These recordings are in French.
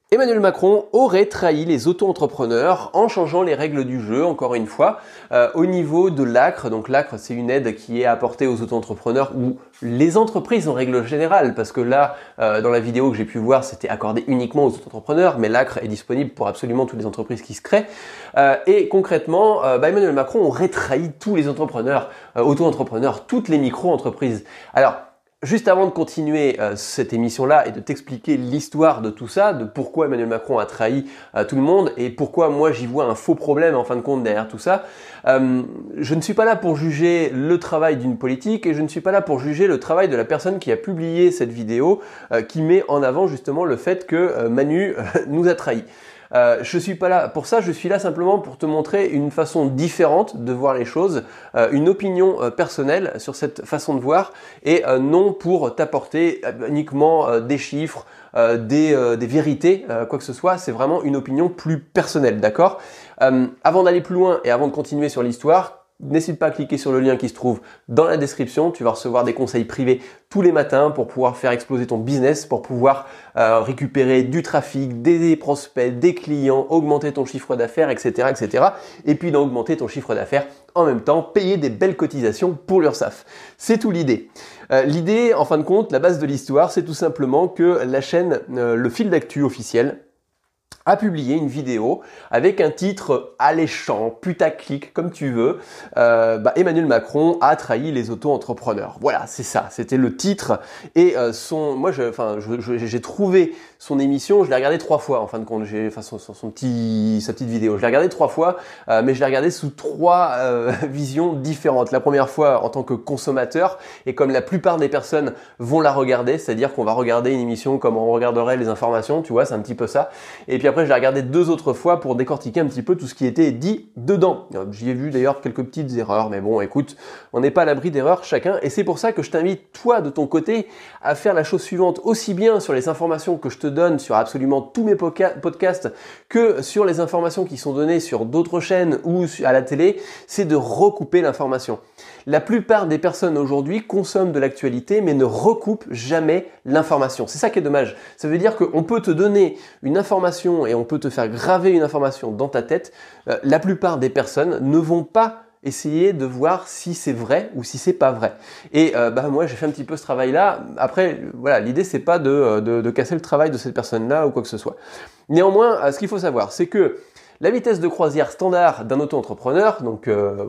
Emmanuel Macron aurait trahi les auto-entrepreneurs en changeant les règles du jeu, encore une fois, au niveau de l'ACRE. Donc l'ACRE, c'est une aide qui est apportée aux auto-entrepreneurs ou les entreprises en règle générale, parce que là, dans la vidéo que j'ai pu voir, c'était accordé uniquement aux auto-entrepreneurs, mais l'ACRE est disponible pour absolument toutes les entreprises qui se créent. Et concrètement, Emmanuel Macron aurait trahi tous les entrepreneurs, auto-entrepreneurs, toutes les micro-entreprises. Alors, juste avant de continuer cette émission-là et de t'expliquer l'histoire de tout ça, de pourquoi Emmanuel Macron a trahi tout le monde et pourquoi moi j'y vois un faux problème en fin de compte derrière tout ça, je ne suis pas là pour juger le travail d'une politique et je ne suis pas là pour juger le travail de la personne qui a publié cette vidéo qui met en avant justement le fait que Manu nous a trahis. Je suis pas là pour ça, je suis là simplement pour te montrer une façon différente de voir les choses, une opinion personnelle sur cette façon de voir et non pour t'apporter uniquement des chiffres, des vérités, quoi que ce soit, c'est vraiment une opinion plus personnelle, d'accord ? Avant d'aller plus loin et avant de continuer sur l'histoire, n'hésite pas à cliquer sur le lien qui se trouve dans la description, tu vas recevoir des conseils privés tous les matins pour pouvoir faire exploser ton business, pour pouvoir récupérer du trafic, des prospects, des clients, augmenter ton chiffre d'affaires, etc., etc. Et puis d'augmenter ton chiffre d'affaires en même temps, payer des belles cotisations pour l'URSSAF. C'est tout l'idée. L'idée, en fin de compte, la base de l'histoire, c'est tout simplement que la chaîne Le Fil d'Actu officiel a publié une vidéo avec un titre alléchant, putaclic, comme tu veux. Emmanuel Macron a trahi les auto-entrepreneurs. Voilà, c'est ça, c'était le titre. Et j'ai trouvé son émission, je l'ai regardé 3 fois en fin de compte. Sa petite vidéo. Je l'ai regardé 3 fois, mais je l'ai regardé sous 3 visions différentes. La première fois en tant que consommateur, et comme la plupart des personnes vont la regarder, c'est-à-dire qu'on va regarder une émission comme on regarderait les informations, tu vois, c'est un petit peu ça. Et puis après, je l'ai regardé 2 autres fois pour décortiquer un petit peu tout ce qui était dit dedans. J'y ai vu d'ailleurs quelques petites erreurs, mais bon, écoute, on n'est pas à l'abri d'erreurs chacun, et c'est pour ça que je t'invite, toi, de ton côté, à faire la chose suivante, aussi bien sur les informations que je te donne sur absolument tous mes podcasts, que sur les informations qui sont données sur d'autres chaînes ou à la télé, c'est de recouper l'information. La plupart des personnes aujourd'hui consomment de l'actualité, mais ne recoupent jamais l'information. C'est ça qui est dommage. Ça veut dire qu'on peut te donner une information et on peut te faire graver une information dans ta tête. La plupart des personnes ne vont pas essayer de voir si c'est vrai ou si c'est pas vrai. Et moi j'ai fait un petit peu ce travail-là. Après, voilà, l'idée c'est pas de casser le travail de cette personne-là ou quoi que ce soit. Néanmoins, ce qu'il faut savoir, c'est que la vitesse de croisière standard d'un auto-entrepreneur, donc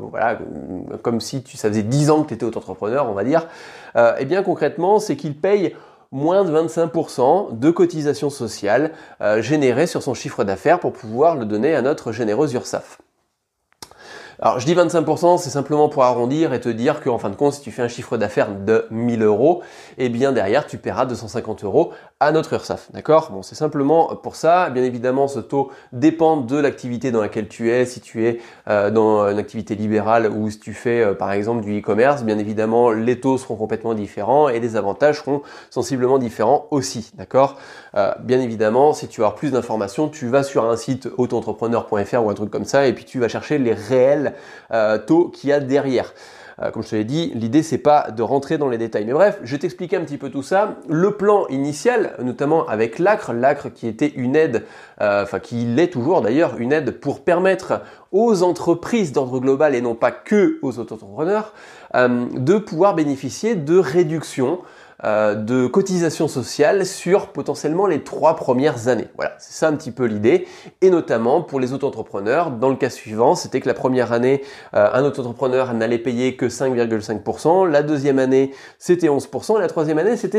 comme si ça faisait 10 ans que tu étais auto-entrepreneur, on va dire, eh bien concrètement, c'est qu'il paye moins de 25% de cotisations sociales générées sur son chiffre d'affaires pour pouvoir le donner à notre généreuse URSSAF. Alors je dis 25%, c'est simplement pour arrondir et te dire qu'en fin de compte, si tu fais un chiffre d'affaires de 1000 €, eh bien derrière tu paieras 250 € à notre URSSAF, d'accord ? Bon, c'est simplement pour ça. Bien évidemment, ce taux dépend de l'activité dans laquelle tu es. Si tu es dans une activité libérale ou si tu fais par exemple du e-commerce, bien évidemment, les taux seront complètement différents et les avantages seront sensiblement différents aussi, d'accord ? Bien évidemment, si tu veux avoir plus d'informations, tu vas sur un site autoentrepreneur.fr ou un truc comme ça et puis tu vas chercher les réels taux qu'il y a derrière. Comme je te l'ai dit, l'idée c'est pas de rentrer dans les détails. Mais bref, je vais t'expliquer un petit peu tout ça. Le plan initial, notamment avec l'ACRE qui était une aide, qui l'est toujours d'ailleurs, une aide pour permettre aux entreprises d'ordre global et non pas que aux auto-entrepreneurs, de pouvoir bénéficier de réductions de cotisation sociale sur potentiellement les 3 premières années. Voilà, c'est ça un petit peu l'idée. Et notamment pour les auto-entrepreneurs, dans le cas suivant, c'était que la première année, un auto-entrepreneur n'allait payer que 5,5%, la deuxième année, c'était 11%, et la troisième année, c'était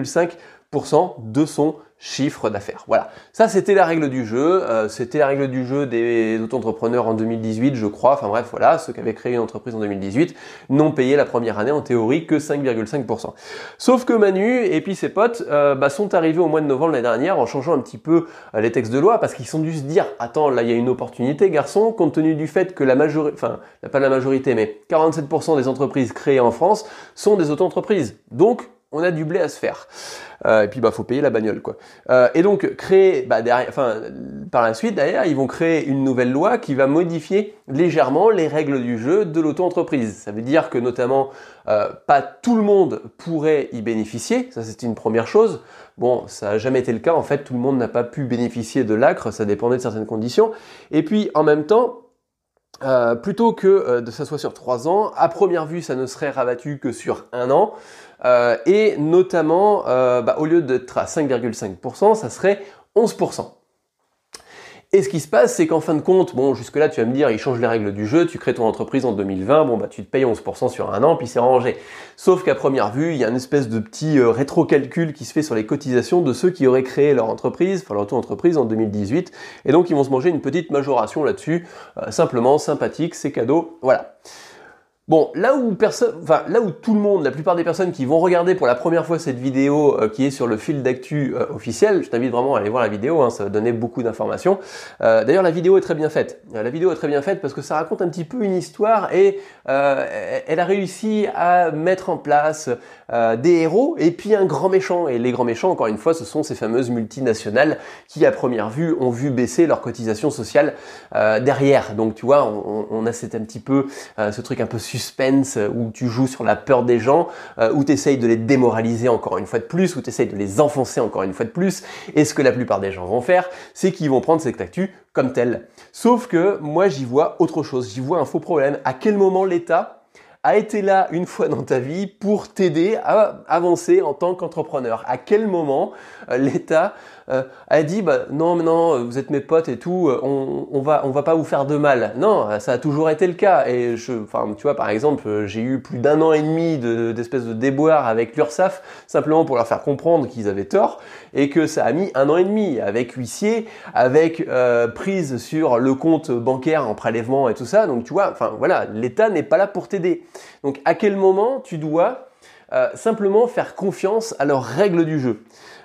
16,5% de son chiffre d'affaires. Voilà, ça c'était la règle du jeu, c'était la règle du jeu des auto-entrepreneurs en 2018 je crois, enfin bref voilà, ceux qui avaient créé une entreprise en 2018 n'ont payé la première année en théorie que 5,5%. Sauf que Manu et puis ses potes sont arrivés au mois de novembre l'année dernière en changeant un petit peu les textes de loi parce qu'ils sont dû se dire, attends là il y a une opportunité garçon, compte tenu du fait que la majorité, pas la majorité mais 47% des entreprises créées en France sont des auto-entreprises. Donc on a du blé à se faire. Et puis faut payer la bagnole quoi. Et donc créer, par la suite d'ailleurs, ils vont créer une nouvelle loi qui va modifier légèrement les règles du jeu de l'auto-entreprise. Ça veut dire que notamment pas tout le monde pourrait y bénéficier. Ça c'est une première chose. Bon, ça n'a jamais été le cas. En fait, tout le monde n'a pas pu bénéficier de l'ACRE. Ça dépendait de certaines conditions. Et puis en même temps, plutôt que de ça soit sur 3 ans, à première vue, ça ne serait rabattu que sur 1 an. Et notamment, au lieu d'être à 5,5%, ça serait 11%. Et ce qui se passe, c'est qu'en fin de compte, jusque-là, tu vas me dire, ils changent les règles du jeu, tu crées ton entreprise en 2020, tu te payes 11% sur 1 an, puis c'est rangé. Sauf qu'à première vue, il y a une espèce de petit rétro-calcul qui se fait sur les cotisations de ceux qui auraient créé leur entreprise, leur auto-entreprise en 2018, et donc ils vont se manger une petite majoration là-dessus, simplement, sympathique, c'est cadeau, voilà. Bon, là où tout le monde, la plupart des personnes qui vont regarder pour la première fois cette vidéo qui est sur le fil d'actu officiel, je t'invite vraiment à aller voir la vidéo, ça va donner beaucoup d'informations. D'ailleurs, la vidéo est très bien faite. La vidéo est très bien faite parce que ça raconte un petit peu une histoire et elle a réussi à mettre en place des héros et puis un grand méchant. Et les grands méchants, encore une fois, ce sont ces fameuses multinationales qui, à première vue, ont vu baisser leurs cotisations sociales derrière. Donc, tu vois, on a un petit peu ce truc un peu suspense où tu joues sur la peur des gens, où tu essayes de les démoraliser encore une fois de plus, où tu essayes de les enfoncer encore une fois de plus. Et ce que la plupart des gens vont faire, c'est qu'ils vont prendre cette actu comme telle. Sauf que moi, j'y vois autre chose. J'y vois un faux problème. À quel moment l'État a été là une fois dans ta vie pour t'aider à avancer en tant qu'entrepreneur? À quel moment l'État a dit non, vous êtes mes potes et tout, on va pas vous faire de mal? Non, ça a toujours été le cas. Et tu vois, par exemple, j'ai eu plus d'1 an et demi d'espèces de déboires avec l'URSSAF simplement pour leur faire comprendre qu'ils avaient tort et que ça a mis 1 an et demi avec huissier, avec prise sur le compte bancaire en prélèvement et tout ça. Donc tu vois, voilà, l'État n'est pas là pour t'aider. Donc à quel moment tu dois simplement faire confiance à leurs règles du jeu?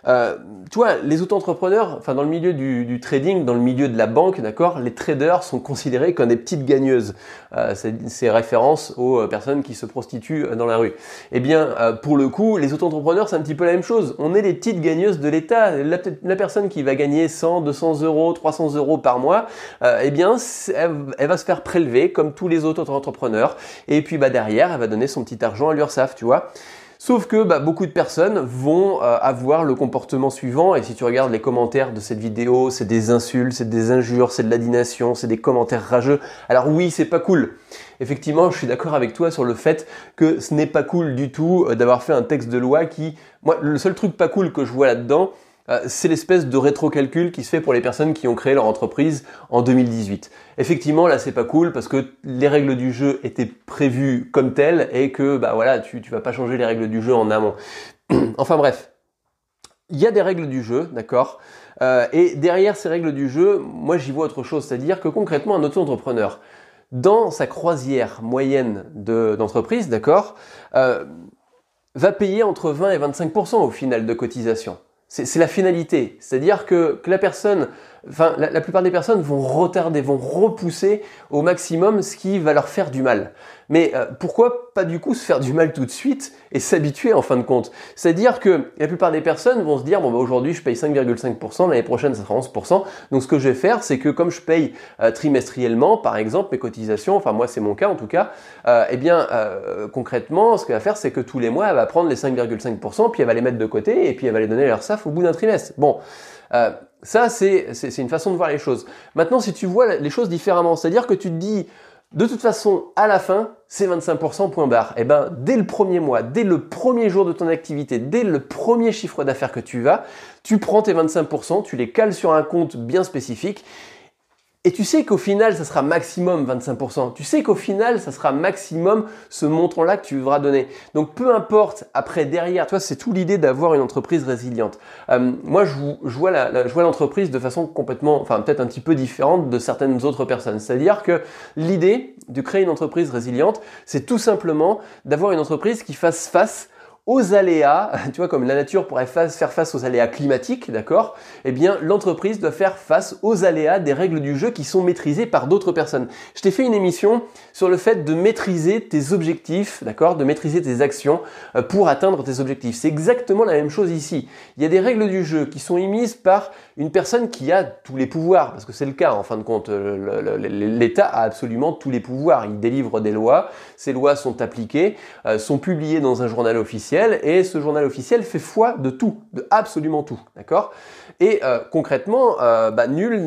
Tu vois, les auto-entrepreneurs, dans le milieu du trading, dans le milieu de la banque, d'accord, les traders sont considérés comme des petites gagneuses. C'est référence aux personnes qui se prostituent dans la rue. Eh bien, pour le coup, les auto-entrepreneurs, c'est un petit peu la même chose. On est les petites gagneuses de l'État. La personne qui va gagner 100, 200 euros, 300 euros par mois, elle va se faire prélever comme tous les autres auto-entrepreneurs. Et puis, derrière, elle va donner son petit argent à l'URSSAF, tu vois. Sauf que beaucoup de personnes vont avoir le comportement suivant, et si tu regardes les commentaires de cette vidéo, c'est des insultes, c'est des injures, c'est de l'indignation, c'est des commentaires rageux. Alors oui, c'est pas cool. Effectivement, je suis d'accord avec toi sur le fait que ce n'est pas cool du tout d'avoir fait un texte de loi qui... Moi, le seul truc pas cool que je vois là-dedans, c'est l'espèce de rétro-calcul qui se fait pour les personnes qui ont créé leur entreprise en 2018. Effectivement, là, c'est pas cool parce que les règles du jeu étaient prévues comme telles et que, tu vas pas changer les règles du jeu en amont. Enfin bref, il y a des règles du jeu, d'accord, et derrière ces règles du jeu, moi, j'y vois autre chose, c'est-à-dire que concrètement, un auto-entrepreneur, dans sa croisière moyenne d'entreprise, d'accord, va payer entre 20 et 25% au final de cotisation. C'est la finalité. C'est-à-dire que la personne, la plupart des personnes vont retarder, vont repousser au maximum ce qui va leur faire du mal. Mais pourquoi pas du coup se faire du mal tout de suite et s'habituer en fin de compte? C'est-à-dire que la plupart des personnes vont se dire aujourd'hui je paye 5,5%, l'année prochaine ça sera 11%. Donc ce que je vais faire, c'est que comme je paye trimestriellement, par exemple, mes cotisations, moi c'est mon cas en tout cas, concrètement, ce qu'elle va faire, c'est que tous les mois, elle va prendre les 5,5%, puis elle va les mettre de côté et puis elle va les donner à l'URSSAF au bout d'un trimestre. Bon, ça c'est une façon de voir les choses. Maintenant, si tu vois les choses différemment, c'est-à-dire que tu te dis de toute façon, à la fin, c'est 25% point barre. Et dès le premier mois, dès le premier jour de ton activité, dès le premier chiffre d'affaires que tu prends tes 25%, tu les cales sur un compte bien spécifique. Et tu sais qu'au final, ça sera maximum 25%. Tu sais qu'au final, ça sera maximum ce montant-là que tu devras donner. Donc, peu importe, après, derrière, toi, c'est tout l'idée d'avoir une entreprise résiliente. Moi, je vois l'entreprise de façon complètement, peut-être un petit peu différente de certaines autres personnes. C'est-à-dire que l'idée de créer une entreprise résiliente, c'est tout simplement d'avoir une entreprise qui fasse face aux aléas, tu vois, comme la nature pourrait faire face aux aléas climatiques, d'accord? Eh bien, l'entreprise doit faire face aux aléas des règles du jeu qui sont maîtrisées par d'autres personnes. Je t'ai fait une émission sur le fait de maîtriser tes objectifs, d'accord? De maîtriser tes actions pour atteindre tes objectifs. C'est exactement la même chose ici. Il y a des règles du jeu qui sont émises par une personne qui a tous les pouvoirs, parce que c'est le cas en fin de compte. L'État a absolument tous les pouvoirs. Il délivre des lois, ces lois sont appliquées, sont publiées dans un journal officiel, et ce journal officiel fait foi de tout, de absolument tout, d'accord? Et concrètement, nul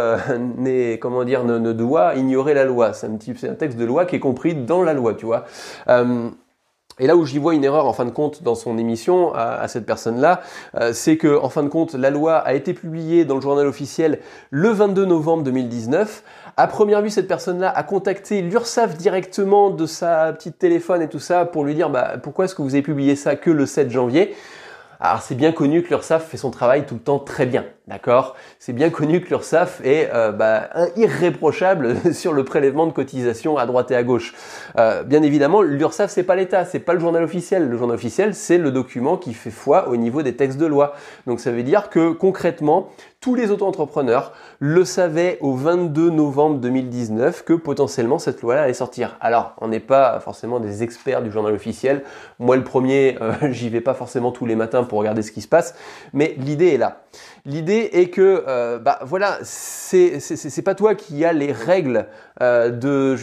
ne doit ignorer la loi. C'est un texte de loi qui est compris dans la loi, tu vois. Et là où j'y vois une erreur en fin de compte dans son émission à cette personne-là, c'est que en fin de compte la loi a été publiée dans le journal officiel le 22 novembre 2019. À première vue, cette personne-là a contacté l'URSSAF directement de sa petite téléphone et tout ça pour lui dire pourquoi est-ce que vous avez publié ça que le 7 janvier. Alors c'est bien connu que l'URSSAF fait son travail tout le temps très bien, d'accord? C'est bien connu que l'URSSAF est irréprochable sur le prélèvement de cotisations à droite et à gauche. Bien évidemment, l'URSSAF c'est pas l'État, c'est pas le journal officiel. Le journal officiel c'est le document qui fait foi au niveau des textes de loi. Donc ça veut dire que concrètement, tous les auto-entrepreneurs le savaient au 22 novembre 2019 que potentiellement cette loi-là allait sortir. Alors, on n'est pas forcément des experts du journal officiel. Moi, le premier, j'y vais pas forcément tous les matins pour regarder ce qui se passe, mais l'idée est là. L'idée est que, c'est pas toi qui as les règles de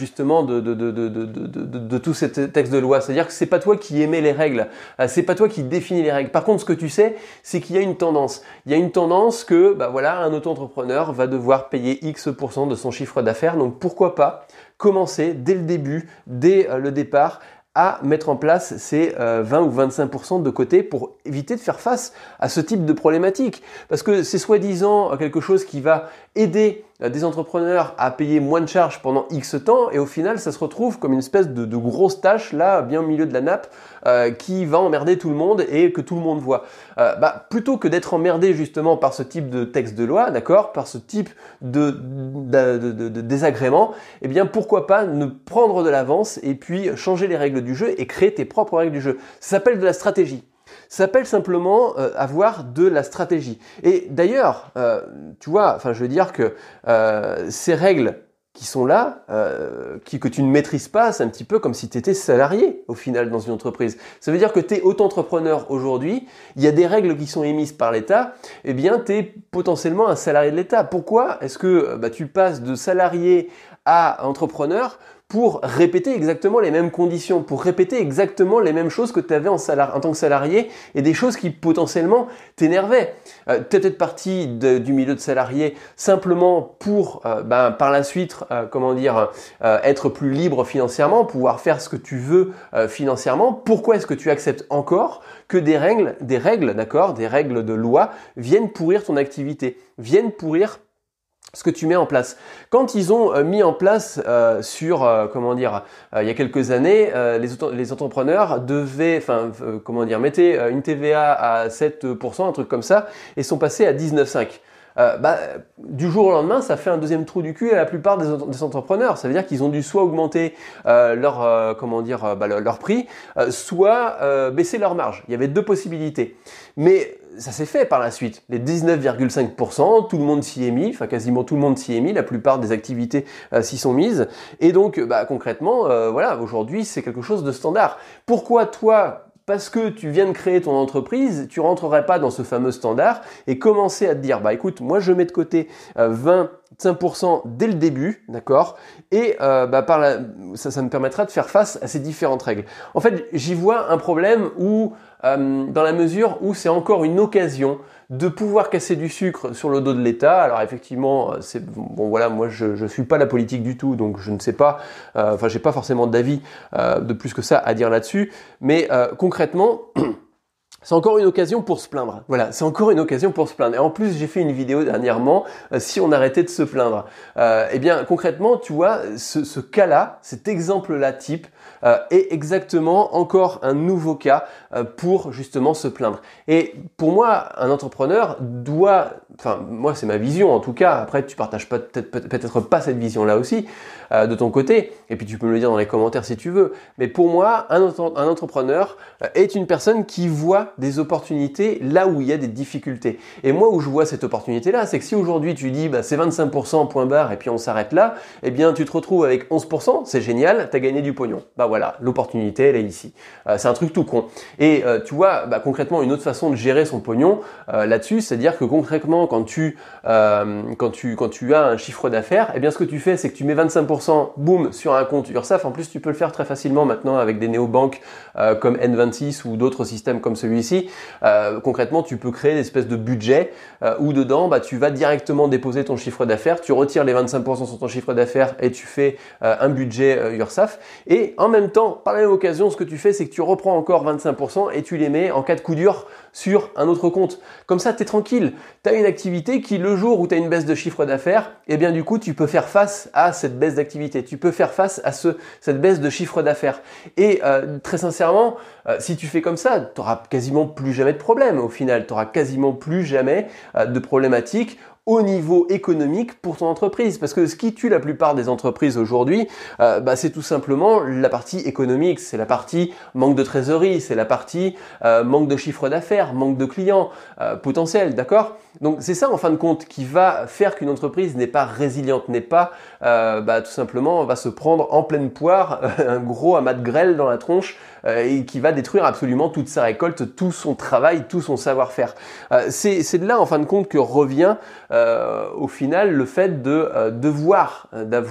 tout ce texte de loi. C'est-à-dire que c'est pas toi qui émets les règles, c'est pas toi qui définis les règles. Par contre, ce que tu sais, c'est qu'il y a une tendance. Il y a une tendance que, un auto-entrepreneur va devoir payer X% de son chiffre d'affaires. Donc pourquoi pas commencer dès le début, dès le départ, à mettre en place ces 20 ou 25% de côté pour éviter de faire face à ce type de problématique. Parce que c'est soi-disant quelque chose qui va aider des entrepreneurs à payer moins de charges pendant X temps et au final ça se retrouve comme une espèce de grosse tâche là bien au milieu de la nappe qui va emmerder tout le monde et que tout le monde voit. Plutôt que d'être emmerdé justement par ce type de texte de loi, d'accord, par ce type de désagrément, eh bien pourquoi pas ne prendre de l'avance et puis changer les règles du jeu et créer tes propres règles du jeu. Ça s'appelle de la stratégie. Ça s'appelle simplement avoir de la stratégie. Et d'ailleurs, tu vois, je veux dire que ces règles qui sont là, que tu ne maîtrises pas, c'est un petit peu comme si tu étais salarié au final dans une entreprise. Ça veut dire que tu es auto-entrepreneur aujourd'hui, il y a des règles qui sont émises par l'État, eh bien tu es potentiellement un salarié de l'État. Pourquoi est-ce que tu passes de salarié à entrepreneur pour répéter exactement les mêmes conditions, pour répéter exactement les mêmes choses que tu avais en tant que salarié et des choses qui potentiellement t'énervaient. Tu es peut-être parti du milieu de salarié simplement pour par la suite être plus libre financièrement, pouvoir faire ce que tu veux financièrement. Pourquoi est-ce que tu acceptes encore que des règles, d'accord, des règles de loi viennent pourrir ton activité, viennent pourrir ce que tu mets en place. Quand ils ont mis en place il y a quelques années, les entrepreneurs devaient, mettaient une TVA à 7%, un truc comme ça, et sont passés à 19,5%. Du jour au lendemain, ça fait un deuxième trou du cul à la plupart des entrepreneurs. Ça veut dire qu'ils ont dû soit augmenter leur prix, soit baisser leur marge. Il y avait deux possibilités. Mais ça s'est fait par la suite. Les 19,5%, tout le monde s'y est mis, quasiment tout le monde s'y est mis, la plupart des activités s'y sont mises. Et donc, concrètement, aujourd'hui, c'est quelque chose de standard. Pourquoi toi, parce que tu viens de créer ton entreprise, tu rentrerais pas dans ce fameux standard et commencer à te dire, écoute, moi je mets de côté 25% dès le début, d'accord, et ça me permettra de faire face à ces différentes règles. En fait, j'y vois un problème où, dans la mesure où c'est encore une occasion de pouvoir casser du sucre sur le dos de l'État. Alors effectivement, moi je suis pas la politique du tout, donc je ne sais pas, j'ai pas forcément d'avis de plus que ça à dire là-dessus, mais concrètement, c'est encore une occasion pour se plaindre. Voilà, c'est encore une occasion pour se plaindre. Et en plus, j'ai fait une vidéo dernièrement, si on arrêtait de se plaindre. Concrètement, tu vois, ce cas-là, cet exemple-là type, est exactement encore un nouveau cas pour justement se plaindre. Et pour moi, un entrepreneur doit, enfin moi c'est ma vision en tout cas, après tu partages peut-être pas cette vision-là aussi de ton côté, et puis tu peux me le dire dans les commentaires si tu veux, mais pour moi, un entrepreneur est une personne qui voit des opportunités là où il y a des difficultés. Et moi où je vois cette opportunité-là, c'est que si aujourd'hui tu dis c'est 25% point barre et puis on s'arrête là, eh bien tu te retrouves avec 11%, c'est génial, tu as gagné du pognon. Voilà, l'opportunité elle est ici. C'est un truc tout con. Et tu vois, concrètement, une autre façon de gérer son pognon là-dessus, c'est-à-dire que concrètement, quand tu as un chiffre d'affaires, eh bien ce que tu fais, c'est que tu mets 25%, boum, sur un compte URSSAF. En plus, tu peux le faire très facilement maintenant avec des néobanques comme N26 ou d'autres systèmes comme celui-ci. Concrètement, tu peux créer une espèce de budget où dedans, tu vas directement déposer ton chiffre d'affaires, tu retires les 25% sur ton chiffre d'affaires et tu fais un budget URSSAF. Et en même temps, par la même occasion, ce que tu fais, c'est que tu reprends encore 25% et tu les mets en cas de coup dur sur un autre compte. Comme ça, tu es tranquille. Tu as une activité qui, le jour où tu as une baisse de chiffre d'affaires, eh bien du coup, tu peux faire face à cette baisse d'activité. Tu peux faire face à cette baisse de chiffre d'affaires. Et très sincèrement, si tu fais comme ça, tu n'auras quasiment plus jamais de problème au final. Tu n'auras quasiment plus jamais de problématiques au niveau économique pour ton entreprise. Parce que ce qui tue la plupart des entreprises aujourd'hui, c'est tout simplement la partie économique, c'est la partie manque de trésorerie, c'est la partie manque de chiffre d'affaires, manque de clients potentiels, d'accord ? Donc c'est ça en fin de compte qui va faire qu'une entreprise n'est pas résiliente, n'est pas tout simplement va se prendre en pleine poire un gros amas de grêle dans la tronche et qui va détruire absolument toute sa récolte, tout son travail, tout son savoir-faire. C'est de là en fin de compte que revient au final le fait d'avoir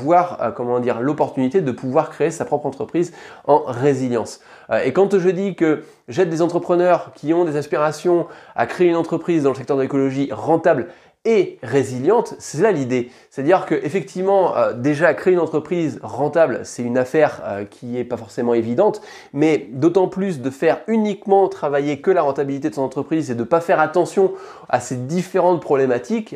l'opportunité de pouvoir créer sa propre entreprise en résilience. Et quand je dis que j'aide des entrepreneurs qui ont des aspirations à créer une entreprise dans le secteur de l'écologie rentable et résiliente, c'est là l'idée. C'est-à-dire que effectivement, déjà créer une entreprise rentable, c'est une affaire qui est pas forcément évidente, mais d'autant plus de faire uniquement travailler que la rentabilité de son entreprise et de pas faire attention à ces différentes problématiques,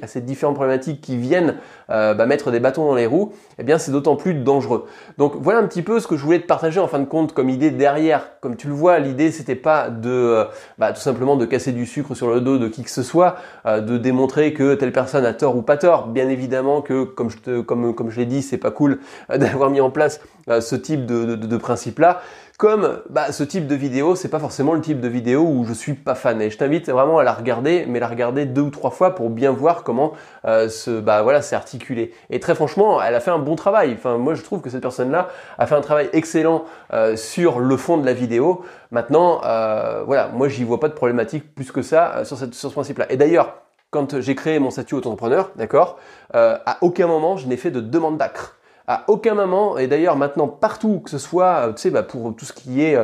qui viennent mettre des bâtons dans les roues, eh bien c'est d'autant plus dangereux. Donc voilà un petit peu ce que je voulais te partager en fin de compte comme idée derrière. Comme tu le vois, l'idée c'était pas de tout simplement de casser du sucre sur le dos de qui que ce soit, de démontrer que telle personne a tort ou pas tort. Bien évidemment que comme je l'ai dit, c'est pas cool d'avoir mis en place ce type de principe-là. Comme ce type de vidéo, c'est pas forcément le type de vidéo où je suis pas fan. Et je t'invite vraiment à la regarder, mais la regarder 2 ou 3 fois pour bien voir comment c'est articulé. Et très franchement, elle a fait un bon travail. Enfin, moi je trouve que cette personne-là a fait un travail excellent sur le fond de la vidéo. Maintenant, moi j'y vois pas de problématique plus que ça sur ce principe-là. Et d'ailleurs, quand j'ai créé mon statut auto-entrepreneur, d'accord, à aucun moment je n'ai fait de demande d'ACRE. À aucun moment, et d'ailleurs maintenant partout, que ce soit pour tout ce qui est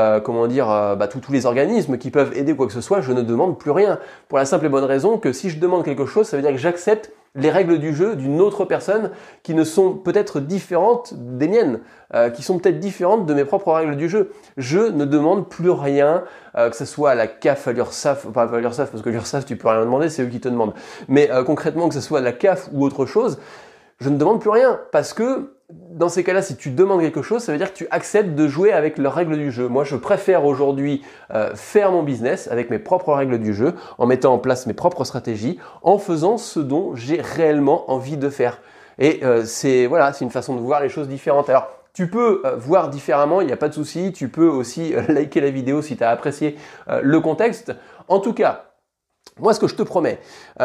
tous les organismes qui peuvent aider quoi que ce soit, je ne demande plus rien. Pour la simple et bonne raison que si je demande quelque chose, ça veut dire que j'accepte les règles du jeu d'une autre personne qui ne sont peut-être différentes des miennes, qui sont peut-être différentes de mes propres règles du jeu. Je ne demande plus rien, que ce soit à la CAF, à l'URSSAF, pas à l'URSSAF parce que l'URSSAF tu peux rien demander, c'est eux qui te demandent. Mais concrètement que ce soit à la CAF ou autre chose, je ne demande plus rien parce que dans ces cas-là, si tu demandes quelque chose, ça veut dire que tu acceptes de jouer avec leurs règles du jeu. Moi, je préfère aujourd'hui faire mon business avec mes propres règles du jeu, en mettant en place mes propres stratégies, en faisant ce dont j'ai réellement envie de faire. Et c'est une façon de voir les choses différentes. Alors, tu peux voir différemment, il n'y a pas de souci. Tu peux aussi liker la vidéo si tu as apprécié le contexte. En tout cas, moi, ce que je te promets,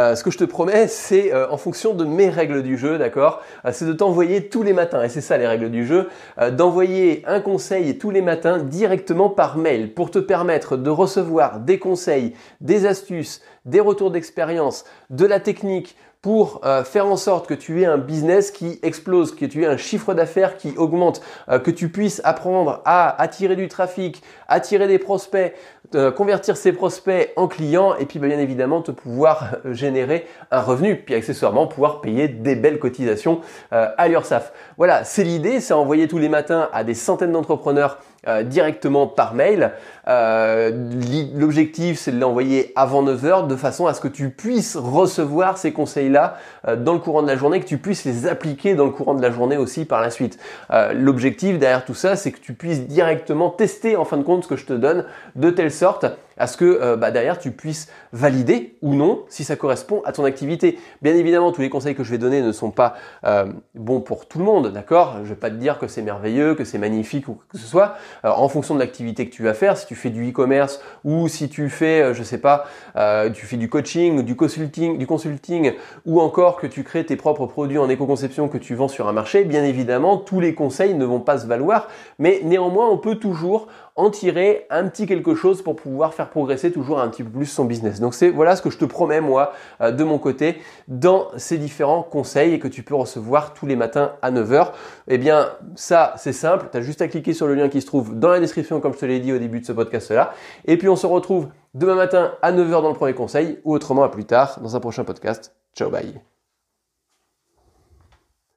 c'est en fonction de mes règles du jeu, d'accord, c'est de t'envoyer tous les matins, et c'est ça les règles du jeu, d'envoyer un conseil tous les matins directement par mail pour te permettre de recevoir des conseils, des astuces, des retours d'expérience, de la technique, pour faire en sorte que tu aies un business qui explose, que tu aies un chiffre d'affaires qui augmente, que tu puisses apprendre à attirer du trafic, attirer des prospects, convertir ces prospects en clients et puis bien évidemment te pouvoir générer un revenu, puis accessoirement pouvoir payer des belles cotisations à l'URSSAF. Voilà, c'est l'idée, c'est envoyer tous les matins à des centaines d'entrepreneurs directement par mail. L'objectif, c'est de l'envoyer avant 9h de façon à ce que tu puisses recevoir ces conseils-là dans le courant de la journée, que tu puisses les appliquer dans le courant de la journée aussi par la suite. L'objectif derrière tout ça, c'est que tu puisses directement tester en fin de compte ce que je te donne de telle sorte à ce que derrière tu puisses valider ou non si ça correspond à ton activité. Bien évidemment, tous les conseils que je vais donner ne sont pas bons pour tout le monde, d'accord ? Je vais pas te dire que c'est merveilleux, que c'est magnifique ou que ce soit. En fonction de l'activité que tu vas faire, si tu fais du e-commerce ou si tu fais, tu fais du coaching, du consulting ou encore que tu crées tes propres produits en éco-conception que tu vends sur un marché, bien évidemment, tous les conseils ne vont pas se valoir, mais néanmoins, on peut toujours en tirer un petit quelque chose pour pouvoir faire progresser toujours un petit peu plus son business. Donc voilà ce que je te promets moi de mon côté dans ces différents conseils et que tu peux recevoir tous les matins à 9h. Eh bien ça c'est simple, tu as juste à cliquer sur le lien qui se trouve dans la description comme je te l'ai dit au début de ce podcast là. Et puis on se retrouve demain matin à 9h dans le premier conseil ou autrement à plus tard dans un prochain podcast. Ciao, bye.